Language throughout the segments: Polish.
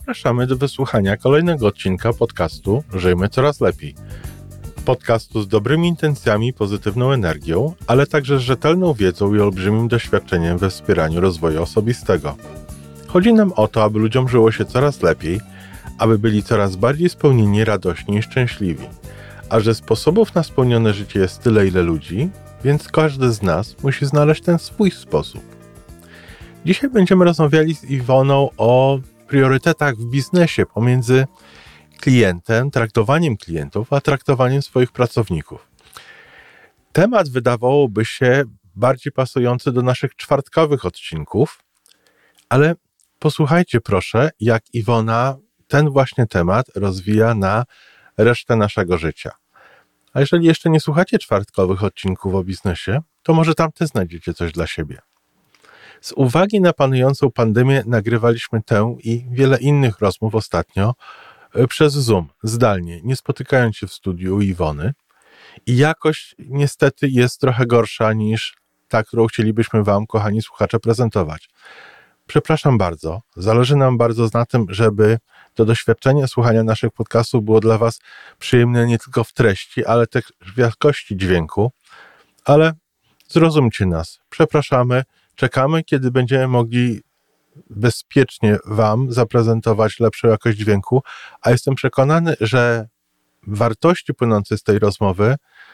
Zapraszamy do wysłuchania kolejnego odcinka podcastu Żyjmy Coraz Lepiej. Podcastu z dobrymi intencjami, pozytywną energią, ale także z rzetelną wiedzą i olbrzymim doświadczeniem we wspieraniu rozwoju osobistego. Chodzi nam o to, aby ludziom żyło się coraz lepiej, aby byli coraz bardziej spełnieni, radośni i szczęśliwi. A że sposobów na spełnione życie jest tyle, ile ludzi, więc każdy z nas musi znaleźć ten swój sposób. Dzisiaj będziemy rozmawiali z Iwoną o priorytetach w biznesie pomiędzy klientem, traktowaniem klientów, a traktowaniem swoich pracowników. Temat wydawałoby się bardziej pasujący do naszych czwartkowych odcinków, ale posłuchajcie proszę, jak Iwona ten właśnie temat rozwija na resztę naszego życia. A jeżeli jeszcze nie słuchacie czwartkowych odcinków o biznesie, to może tam też znajdziecie coś dla siebie. Z uwagi na panującą pandemię nagrywaliśmy tę i wiele innych rozmów ostatnio przez Zoom, zdalnie, nie spotykając się w studiu u Iwony. I jakość niestety jest trochę gorsza niż ta, którą chcielibyśmy wam, kochani słuchacze, prezentować. Przepraszam bardzo, zależy nam bardzo na tym, żeby to doświadczenie słuchania naszych podcastów było dla was przyjemne nie tylko w treści, ale też w jakości dźwięku. Ale zrozumcie nas, przepraszamy, czekamy, kiedy będziemy mogli bezpiecznie wam zaprezentować lepszą jakość dźwięku, a jestem przekonany, że wartości płynące z tej rozmowy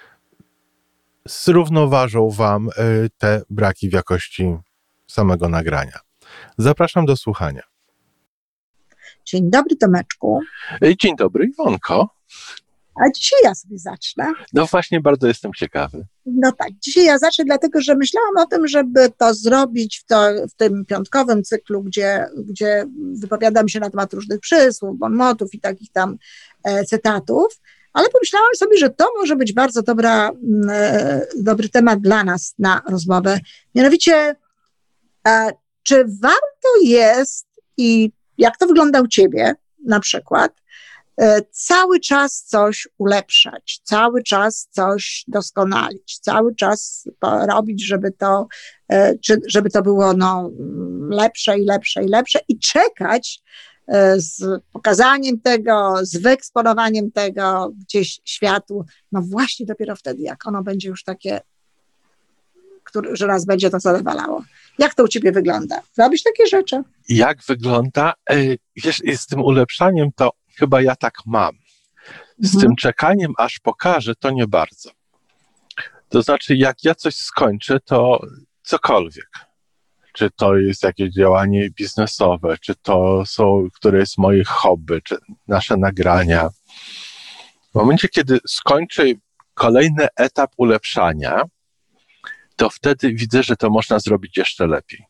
zrównoważą wam te braki w jakości samego nagrania. Zapraszam do słuchania. Dzień dobry, Tomeczku. Dzień dobry, Iwonko. A dzisiaj ja sobie zacznę. No właśnie, bardzo jestem ciekawy. No tak, dzisiaj ja zacznę, dlatego że myślałam o tym, żeby to zrobić w tym piątkowym cyklu, gdzie wypowiadam się na temat różnych przysłów, bon motów i takich tam cytatów, ale pomyślałam sobie, że to może być bardzo dobry temat dla nas na rozmowę. Mianowicie, czy warto jest i jak to wygląda u ciebie na przykład, cały czas coś ulepszać, cały czas coś doskonalić, cały czas robić, żeby to było lepsze i lepsze i lepsze i czekać z pokazaniem tego, z wyeksponowaniem tego gdzieś światu, no właśnie dopiero wtedy, jak ono będzie już takie, że nas będzie to zadowalało. Jak to u ciebie wygląda? Robisz takie rzeczy? Jak wygląda? Wiesz, z tym ulepszaniem to chyba ja tak mam. Z tym czekaniem, aż pokażę, to nie bardzo. To znaczy, jak ja coś skończę, to cokolwiek. Czy to jest jakieś działanie biznesowe, czy to są któreś z moich hobby, czy nasze nagrania. W momencie, kiedy skończę kolejny etap ulepszania, to wtedy widzę, że to można zrobić jeszcze lepiej.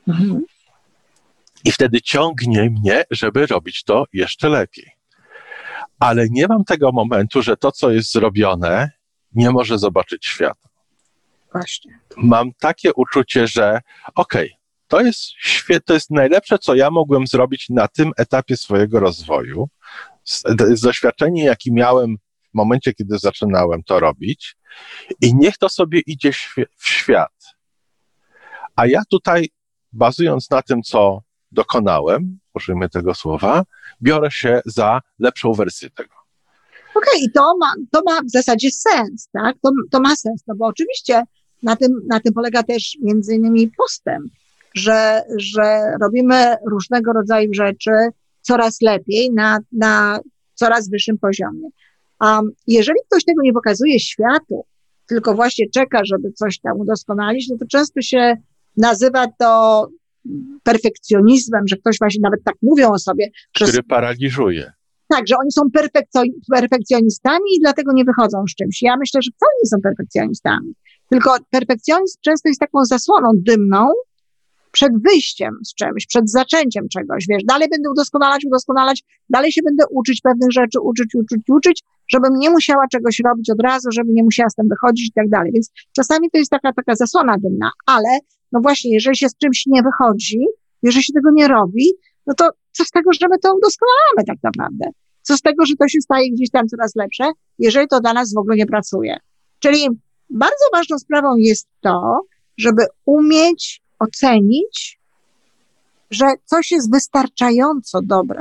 I wtedy ciągnie mnie, żeby robić to jeszcze lepiej. Ale nie mam tego momentu, że to, co jest zrobione, nie może zobaczyć świata. Właśnie. Mam takie uczucie, że to jest najlepsze, co ja mogłem zrobić na tym etapie swojego rozwoju. Z doświadczeniem, jaki miałem w momencie, kiedy zaczynałem to robić. I niech to sobie idzie w świat. A ja tutaj, bazując na tym, co dokonałem, użyjmy tego słowa, biorę się za lepszą wersję tego. Okej, to ma w zasadzie sens, tak? To ma sens, no bo oczywiście na tym polega też między innymi postęp, że robimy różnego rodzaju rzeczy coraz lepiej na coraz wyższym poziomie. A jeżeli ktoś tego nie pokazuje światu, tylko właśnie czeka, żeby coś tam udoskonalić, no to często się nazywa to perfekcjonizmem, że ktoś właśnie nawet tak mówią o sobie. Który paraliżuje. Tak, że oni są perfekcjonistami i dlatego nie wychodzą z czymś. Ja myślę, że wcale nie są perfekcjonistami. Tylko perfekcjonizm często jest taką zasłoną dymną przed wyjściem z czymś, przed zaczęciem czegoś. Wiesz, dalej będę udoskonalać, dalej się będę uczyć pewnych rzeczy, uczyć, żebym nie musiała czegoś robić od razu, żebym nie musiała z tym wychodzić i tak dalej. Więc czasami to jest taka zasłona dymna, ale no właśnie, jeżeli się z czymś nie wychodzi, jeżeli się tego nie robi, no to co z tego, że my to udoskonalamy tak naprawdę? Co z tego, że to się staje gdzieś tam coraz lepsze, jeżeli to dla nas w ogóle nie pracuje? Czyli bardzo ważną sprawą jest to, żeby umieć ocenić, że coś jest wystarczająco dobre,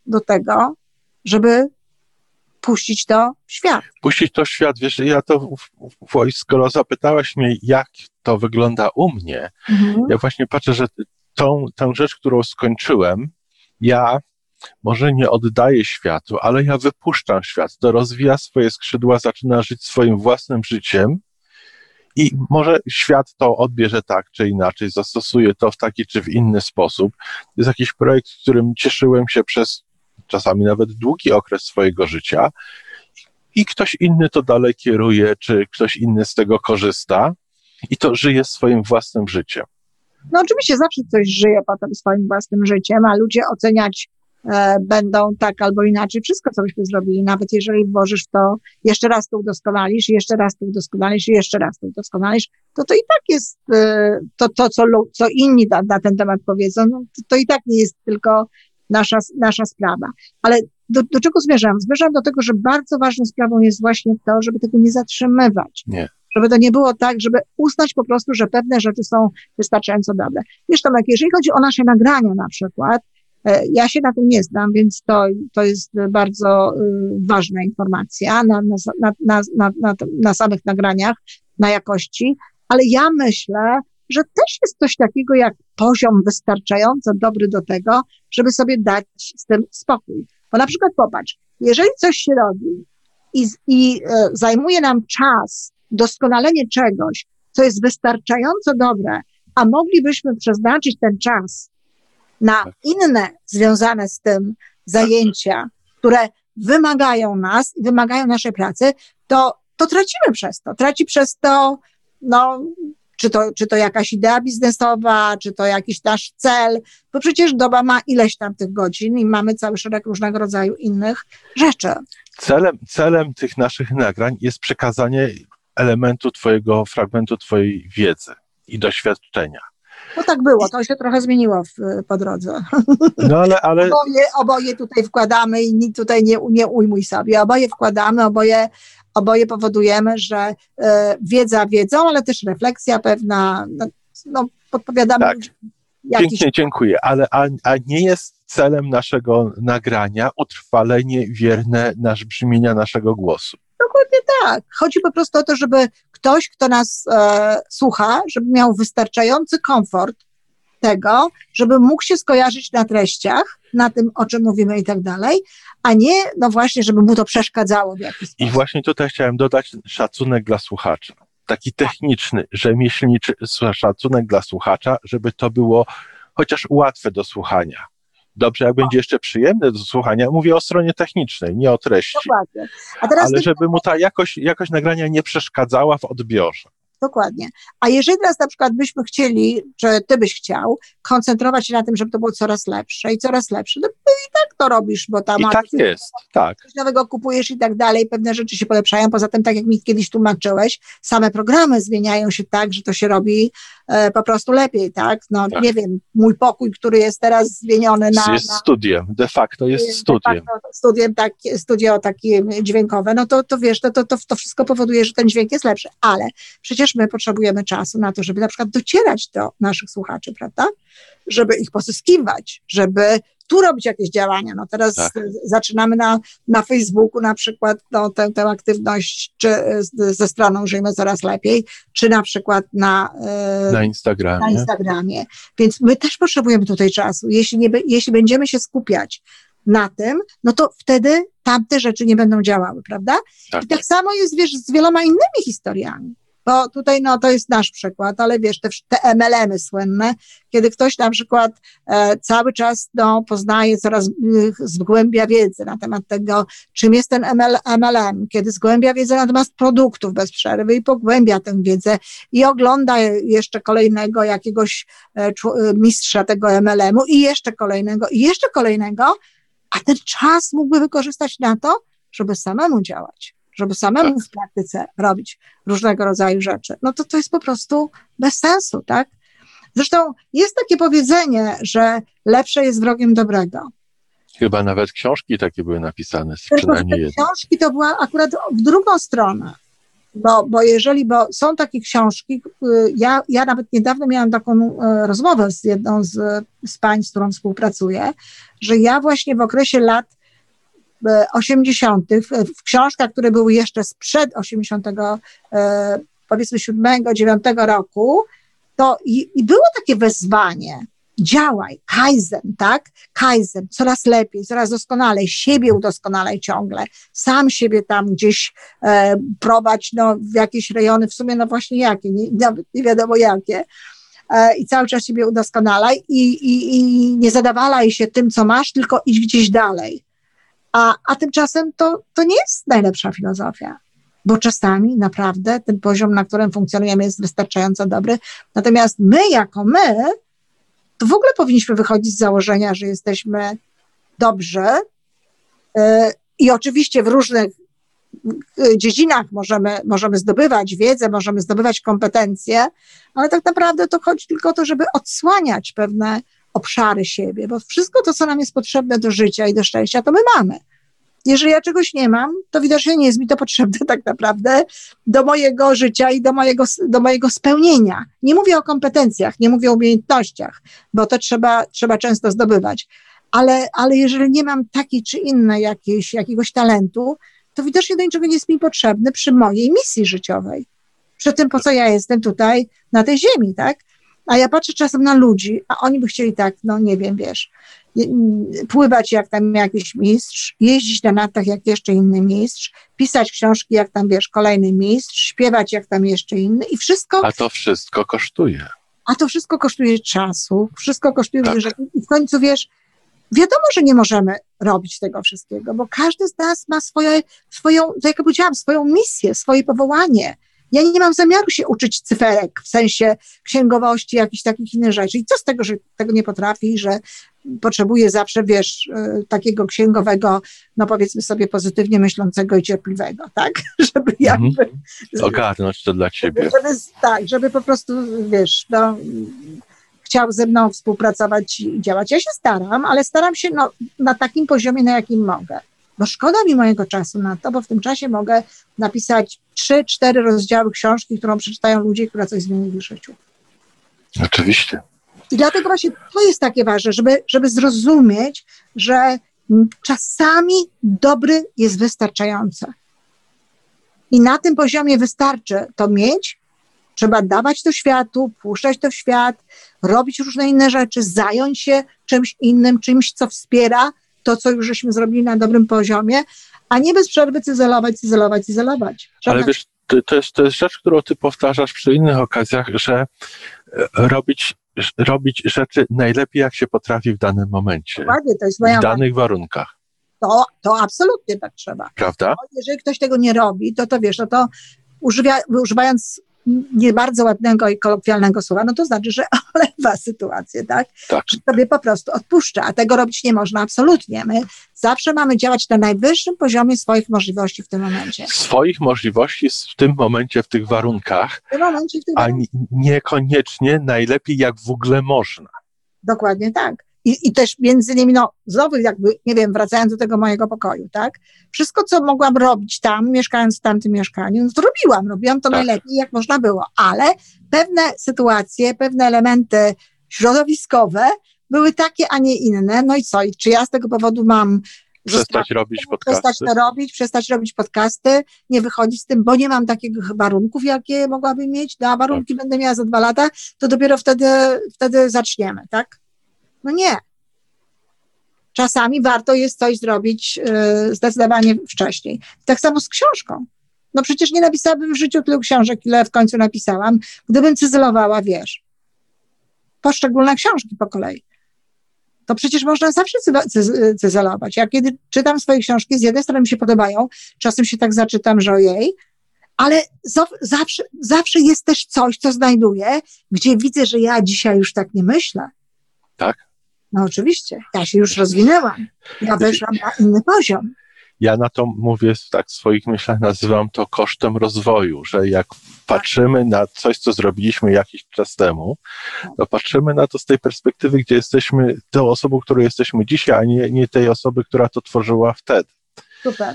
do tego, żeby puścić to w świat. Puścić to w świat, wiesz, ja to, skoro zapytałaś mnie, jak to wygląda u mnie, ja właśnie patrzę, że tę rzecz, którą skończyłem, ja może nie oddaję światu, ale ja wypuszczam świat, to rozwija swoje skrzydła, zaczyna żyć swoim własnym życiem i może świat to odbierze tak czy inaczej, zastosuje to w taki czy w inny sposób. Jest jakiś projekt, którym cieszyłem się przez czasami nawet długi okres swojego życia i ktoś inny to dalej kieruje, czy ktoś inny z tego korzysta i to żyje swoim własnym życiem. No oczywiście zawsze coś żyje potem swoim własnym życiem, a ludzie oceniać będą tak albo inaczej wszystko, co byśmy zrobili, nawet jeżeli włożysz w to, jeszcze raz to udoskonalisz, jeszcze raz to udoskonalisz, jeszcze raz to udoskonalisz, to i tak jest co inni na ten temat powiedzą, no, to i tak nie jest tylko nasza sprawa. Ale do czego zmierzam? Zmierzam do tego, że bardzo ważną sprawą jest właśnie to, żeby tego nie zatrzymywać. Nie. Żeby to nie było tak, żeby uznać po prostu, że pewne rzeczy są wystarczająco dobre. Wiesz, Tomek, jeżeli chodzi o nasze nagrania na przykład, ja się na tym nie znam, więc to jest bardzo ważna informacja na samych nagraniach, na jakości, ale ja myślę, że też jest coś takiego jak poziom wystarczająco dobry do tego, żeby sobie dać z tym spokój. Bo na przykład popatrz, jeżeli coś się robi i zajmuje nam czas doskonalenie czegoś, co jest wystarczająco dobre, a moglibyśmy przeznaczyć ten czas na inne związane z tym zajęcia, które wymagają nas i wymagają naszej pracy, to tracimy przez to. Traci przez to, no, czy to jakaś idea biznesowa, czy to jakiś nasz cel, bo przecież doba ma ileś tam tych godzin i mamy cały szereg różnego rodzaju innych rzeczy. Celem tych naszych nagrań jest przekazanie fragmentu twojej wiedzy i doświadczenia. No tak było, to się trochę zmieniło po drodze. No ale... Oboje tutaj wkładamy i nikt tutaj nie ujmuj sobie. Oboje wkładamy, oboje powodujemy, że wiedza wiedzą, ale też refleksja pewna, no podpowiadamy. Tak. Pięknie, dziękuję, a nie jest celem naszego nagrania utrwalenie wierne brzmienia naszego głosu. Dokładnie tak. Chodzi po prostu o to, żeby ktoś, kto nas słucha, żeby miał wystarczający komfort tego, żeby mógł się skojarzyć na treściach, na tym, o czym mówimy i tak dalej, a nie, no właśnie, żeby mu to przeszkadzało w jakiś sposób. I właśnie tutaj chciałem dodać szacunek dla słuchacza. Taki techniczny, rzemieślniczy szacunek dla słuchacza, żeby to było chociaż łatwe do słuchania. Dobrze, jak będzie jeszcze przyjemne do słuchania, mówię o stronie technicznej, nie o treści. Dokładnie. Ale żeby mu ta jakość nagrania nie przeszkadzała w odbiorze. Dokładnie. A jeżeli teraz na przykład byśmy chcieli, czy ty byś chciał, koncentrować się na tym, żeby to było coraz lepsze, no i tak to robisz, bo tam... I tak jest, tak. Coś nowego kupujesz i tak dalej, pewne rzeczy się polepszają, poza tym, tak jak mi kiedyś tłumaczyłeś, same programy zmieniają się tak, że to się robi po prostu lepiej, tak? No tak. Nie wiem, mój pokój, który jest teraz zmieniony jest studiem, de facto jest studiem. Studio takie dźwiękowe, no to wiesz, to wszystko powoduje, że ten dźwięk jest lepszy, ale przecież my potrzebujemy czasu na to, żeby na przykład docierać do naszych słuchaczy, prawda? Żeby ich pozyskiwać, żeby tu robić jakieś działania. No teraz zaczynamy na Facebooku na przykład tę aktywność, czy ze stroną Żyjmy Coraz Lepiej, czy na przykład na Instagramie. Więc my też potrzebujemy tutaj czasu. Jeśli będziemy się skupiać na tym, no to wtedy tamte rzeczy nie będą działały, prawda? Tak. I tak samo jest, wiesz, z wieloma innymi historiami. Bo tutaj, no to jest nasz przykład, ale wiesz, te MLM-y słynne, kiedy ktoś na przykład cały czas poznaje coraz zgłębia wiedzę na temat tego, czym jest ten MLM, kiedy zgłębia wiedzę na temat produktów bez przerwy i pogłębia tę wiedzę i ogląda jeszcze kolejnego jakiegoś mistrza tego MLM-u i jeszcze kolejnego, a ten czas mógłby wykorzystać na to, żeby samemu działać. Żeby samemu w praktyce robić różnego rodzaju rzeczy, no to jest po prostu bez sensu, tak? Zresztą jest takie powiedzenie, że lepsze jest wrogiem dobrego. Chyba nawet książki takie były napisane, przynajmniej jedne. Książki to była akurat w drugą stronę. Bo są takie książki, ja nawet niedawno miałam taką rozmowę z jedną z pań, z którą współpracuję, że ja właśnie w okresie lat 80. w książkach, które były jeszcze sprzed 80, powiedzmy 7, 9 roku, to i było takie wezwanie, działaj, kaizen, tak? Kaizen, coraz lepiej, coraz doskonalej, siebie udoskonalaj ciągle, sam siebie tam gdzieś prowadź w jakieś rejony, w sumie właśnie jakie, nie wiadomo jakie, i cały czas siebie udoskonalaj i nie zadawalaj się tym, co masz, tylko idź gdzieś dalej. A tymczasem to nie jest najlepsza filozofia, bo czasami naprawdę ten poziom, na którym funkcjonujemy, jest wystarczająco dobry, natomiast my to w ogóle powinniśmy wychodzić z założenia, że jesteśmy dobrzy i oczywiście w różnych dziedzinach możemy zdobywać wiedzę, możemy zdobywać kompetencje, ale tak naprawdę to chodzi tylko o to, żeby odsłaniać pewne obszary siebie, bo wszystko to, co nam jest potrzebne do życia i do szczęścia, to my mamy. Jeżeli ja czegoś nie mam, to widocznie nie jest mi to potrzebne tak naprawdę do mojego życia i do mojego spełnienia. Nie mówię o kompetencjach, nie mówię o umiejętnościach, bo to trzeba często zdobywać. Ale jeżeli nie mam takiej czy innej jakiegoś talentu, to widocznie do niczego nie jest mi potrzebny przy mojej misji życiowej. Przy tym, po co ja jestem tutaj na tej ziemi, tak? A ja patrzę czasem na ludzi, a oni by chcieli tak, nie wiem, wiesz, pływać jak tam jakiś mistrz, jeździć na nartach jak jeszcze inny mistrz, pisać książki jak tam, wiesz, kolejny mistrz, śpiewać jak tam jeszcze inny i wszystko... A to wszystko kosztuje. A to wszystko kosztuje czasu, wszystko kosztuje, tak. I w końcu, wiesz, wiadomo, że nie możemy robić tego wszystkiego, bo każdy z nas ma swoją, jak ja powiedziałam, swoją misję, swoje powołanie. Ja nie mam zamiaru się uczyć cyferek, w sensie księgowości, jakichś takich innych rzeczy. I co z tego, że tego nie potrafi, że potrzebuję zawsze, wiesz, takiego księgowego, powiedzmy sobie pozytywnie myślącego i cierpliwego, tak? Żeby jakby... Ogarnąć to dla ciebie. Żeby po prostu, wiesz, chciał ze mną współpracować i działać. Ja się staram, ale staram się na takim poziomie, na jakim mogę. Bo szkoda mi mojego czasu na to, bo w tym czasie mogę napisać 3-4 rozdziały książki, którą przeczytają ludzie, która coś zmieni w ich życiu. Oczywiście. I dlatego właśnie to jest takie ważne, żeby zrozumieć, że czasami dobry jest wystarczający. I na tym poziomie wystarczy to mieć, trzeba dawać to światu, puszczać to w świat, robić różne inne rzeczy, zająć się czymś innym, czymś, co wspiera to, co już żeśmy zrobili na dobrym poziomie, a nie bez przerwy cyzelować. Ale wiesz, to jest rzecz, którą ty powtarzasz przy innych okazjach, że robić rzeczy najlepiej, jak się potrafi w danym momencie. Dokładnie, to jest moja... W danych warunkach. To absolutnie tak trzeba. Prawda? Jeżeli ktoś tego nie robi, to wiesz, to używając nie bardzo ładnego i kolokwialnego słowa, to znaczy, że olewa sytuację, tak? Tak. Że sobie po prostu odpuszcza, a tego robić nie można absolutnie. My zawsze mamy działać na najwyższym poziomie swoich możliwości w tym momencie. Swoich możliwości w tym momencie, w tych warunkach, a niekoniecznie najlepiej, jak w ogóle można. Dokładnie tak. I też między innymi, znowu jakby, nie wiem, wracając do tego mojego pokoju, tak? Wszystko, co mogłam robić tam, mieszkając w tamtym mieszkaniu, to robiłam to najlepiej, jak można było, ale pewne sytuacje, pewne elementy środowiskowe były takie, a nie inne, i co? I czy ja z tego powodu mam przestać robić podcasty? Przestać robić podcasty, nie wychodzić z tym, bo nie mam takich warunków, jakie mogłabym mieć, a warunki będę miała za 2 lata, to dopiero wtedy zaczniemy, tak? Nie. Czasami warto jest coś zrobić zdecydowanie wcześniej. Tak samo z książką. Przecież nie napisałabym w życiu tylu książek, ile w końcu napisałam, gdybym cyzelowała, wiesz, poszczególne książki po kolei. To przecież można zawsze cyzelować. Ja kiedy czytam swoje książki, z jednej strony mi się podobają, czasem się tak zaczytam, że ojej, ale zawsze jest też coś, co znajduję, gdzie widzę, że ja dzisiaj już tak nie myślę. Tak? Oczywiście. Ja się już rozwinęłam. Ja weszłam na inny poziom. Ja na to mówię, tak w swoich myślach nazywam to kosztem rozwoju, że jak patrzymy na coś, co zrobiliśmy jakiś czas temu, to patrzymy na to z tej perspektywy, gdzie jesteśmy tą osobą, którą jesteśmy dzisiaj, a nie tej osoby, która to tworzyła wtedy. Super.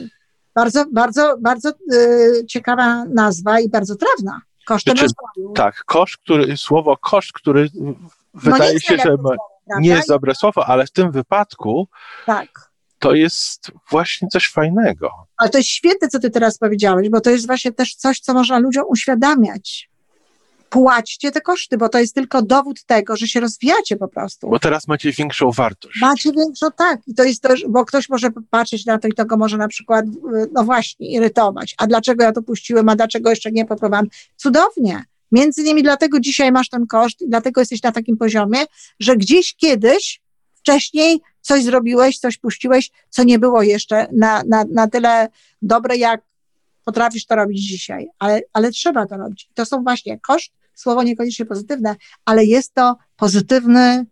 Bardzo, bardzo, bardzo ciekawa nazwa i bardzo trafna. Kosztem rozwoju. Tak, słowo koszt, który wydaje się, że nie jest dobre słowo, ale w tym wypadku to jest właśnie coś fajnego. Ale to jest świetne, co ty teraz powiedziałeś, bo to jest właśnie też coś, co można ludziom uświadamiać. Płaćcie te koszty, bo to jest tylko dowód tego, że się rozwijacie po prostu. Bo teraz macie większą wartość. Macie większą, tak. I to jest też, bo ktoś może patrzeć na to i to go może na przykład, no właśnie, irytować. A dlaczego ja to puściłem, a dlaczego jeszcze nie popróbowałam? Cudownie. Między innymi dlatego dzisiaj masz ten koszt i dlatego jesteś na takim poziomie, że gdzieś kiedyś, wcześniej coś zrobiłeś, coś puściłeś, co nie było jeszcze na tyle dobre, jak potrafisz to robić dzisiaj. Ale trzeba to robić. To są właśnie koszt, słowo niekoniecznie pozytywne, ale jest to pozytywny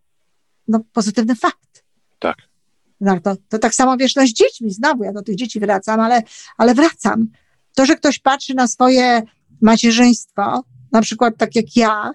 fakt. Tak. No, to tak samo, wiesz, no z dziećmi, znowu ja do tych dzieci wracam, ale wracam. To, że ktoś patrzy na swoje macierzyństwo, na przykład tak jak ja,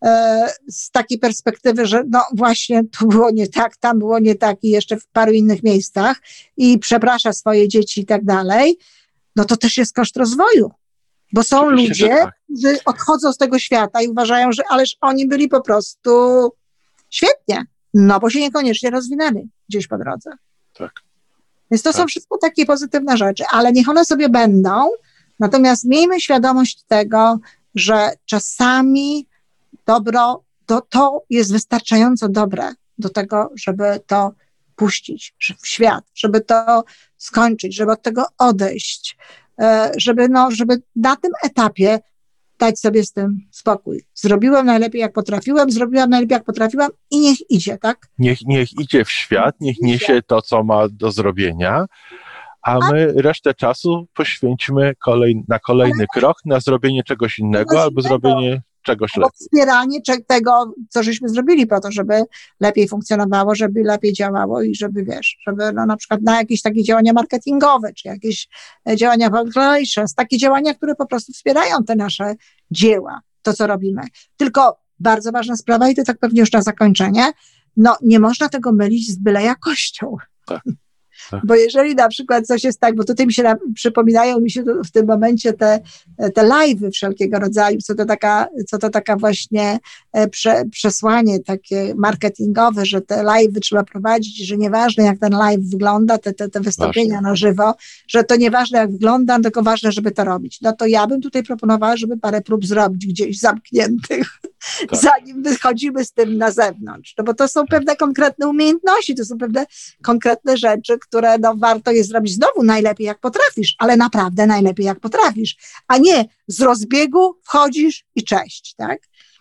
z takiej perspektywy, że no właśnie tu było nie tak, tam było nie tak i jeszcze w paru innych miejscach i przeprasza swoje dzieci i tak dalej, no to też jest koszt rozwoju. Bo są oczywiście, ludzie, którzy odchodzą z tego świata i uważają, że ależ oni byli po prostu świetnie, no bo się niekoniecznie rozwinęli gdzieś po drodze. Tak. Więc to są wszystko takie pozytywne rzeczy, ale niech one sobie będą, natomiast miejmy świadomość tego, że czasami dobro to jest wystarczająco dobre do tego, żeby to puścić w świat, żeby to skończyć, żeby od tego odejść, żeby na tym etapie dać sobie z tym spokój. Zrobiłam najlepiej, jak potrafiłam i niech idzie, tak? Niech idzie w świat, niech niesie to, co ma do zrobienia, a my resztę czasu poświęcimy na kolejny krok, na zrobienie czegoś innego albo zrobienie czegoś lepiej. Wspieranie tego, co żeśmy zrobili po to, żeby lepiej funkcjonowało, żeby lepiej działało i żeby, żeby na przykład na jakieś takie działania marketingowe, czy jakieś działania relations, takie działania, które po prostu wspierają te nasze dzieła, to co robimy. Tylko bardzo ważna sprawa i to tak pewnie już na zakończenie, nie można tego mylić z byle jakością. Tak. Bo jeżeli na przykład coś jest tak, bo tutaj przypominają mi się w tym momencie te live'y wszelkiego rodzaju, co to taka właśnie przesłanie takie marketingowe, że te live'y trzeba prowadzić, że nieważne jak ten live wygląda, te wystąpienia na żywo, że to nieważne jak wygląda, tylko ważne, żeby to robić. No to ja bym tutaj proponowała, żeby parę prób zrobić gdzieś zamkniętych, zanim wychodzimy z tym na zewnątrz. No bo to są pewne konkretne umiejętności, to są pewne konkretne rzeczy, które warto jest zrobić znowu najlepiej jak potrafisz, ale naprawdę najlepiej jak potrafisz, a nie z rozbiegu wchodzisz i cześć, tak?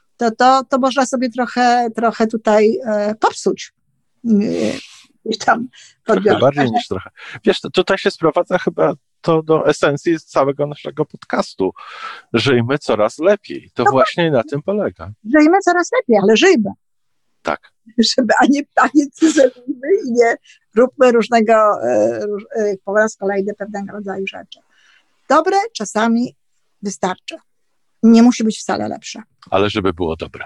To można sobie trochę tutaj popsuć. Trochę bardziej niż trochę. Wiesz, tutaj się sprowadza chyba to do esencji całego naszego podcastu. Żyjmy coraz lepiej. To właśnie na tym polega. Żyjmy coraz lepiej, ale żyjmy. Tak. Żeby, a nie cyzelujmy i nie róbmy różnego, po raz kolejny pewnego rodzaju rzeczy. Dobre czasami wystarczy. Nie musi być wcale lepsze. Ale żeby było dobre.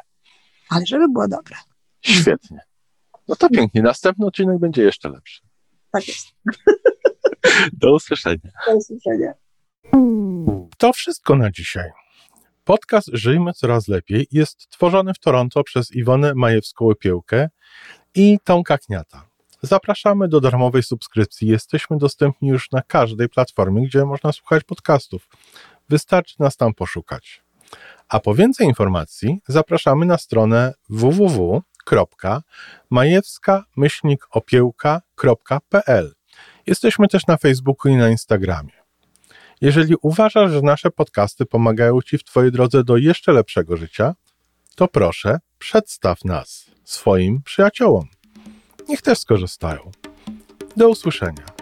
Świetnie. No to pięknie. Następny odcinek będzie jeszcze lepszy. Tak jest. Do usłyszenia. Do usłyszenia. To wszystko na dzisiaj. Podcast Żyjmy Coraz Lepiej jest tworzony w Toronto przez Iwonę Majewską-Opiełkę i Tomka Kniata. Zapraszamy do darmowej subskrypcji. Jesteśmy dostępni już na każdej platformie, gdzie można słuchać podcastów. Wystarczy nas tam poszukać. A po więcej informacji zapraszamy na stronę www.majewska-opiełka.pl. Jesteśmy też na Facebooku i na Instagramie. Jeżeli uważasz, że nasze podcasty pomagają Ci w Twojej drodze do jeszcze lepszego życia, to proszę, przedstaw nas swoim przyjaciołom. Niech też skorzystają. Do usłyszenia.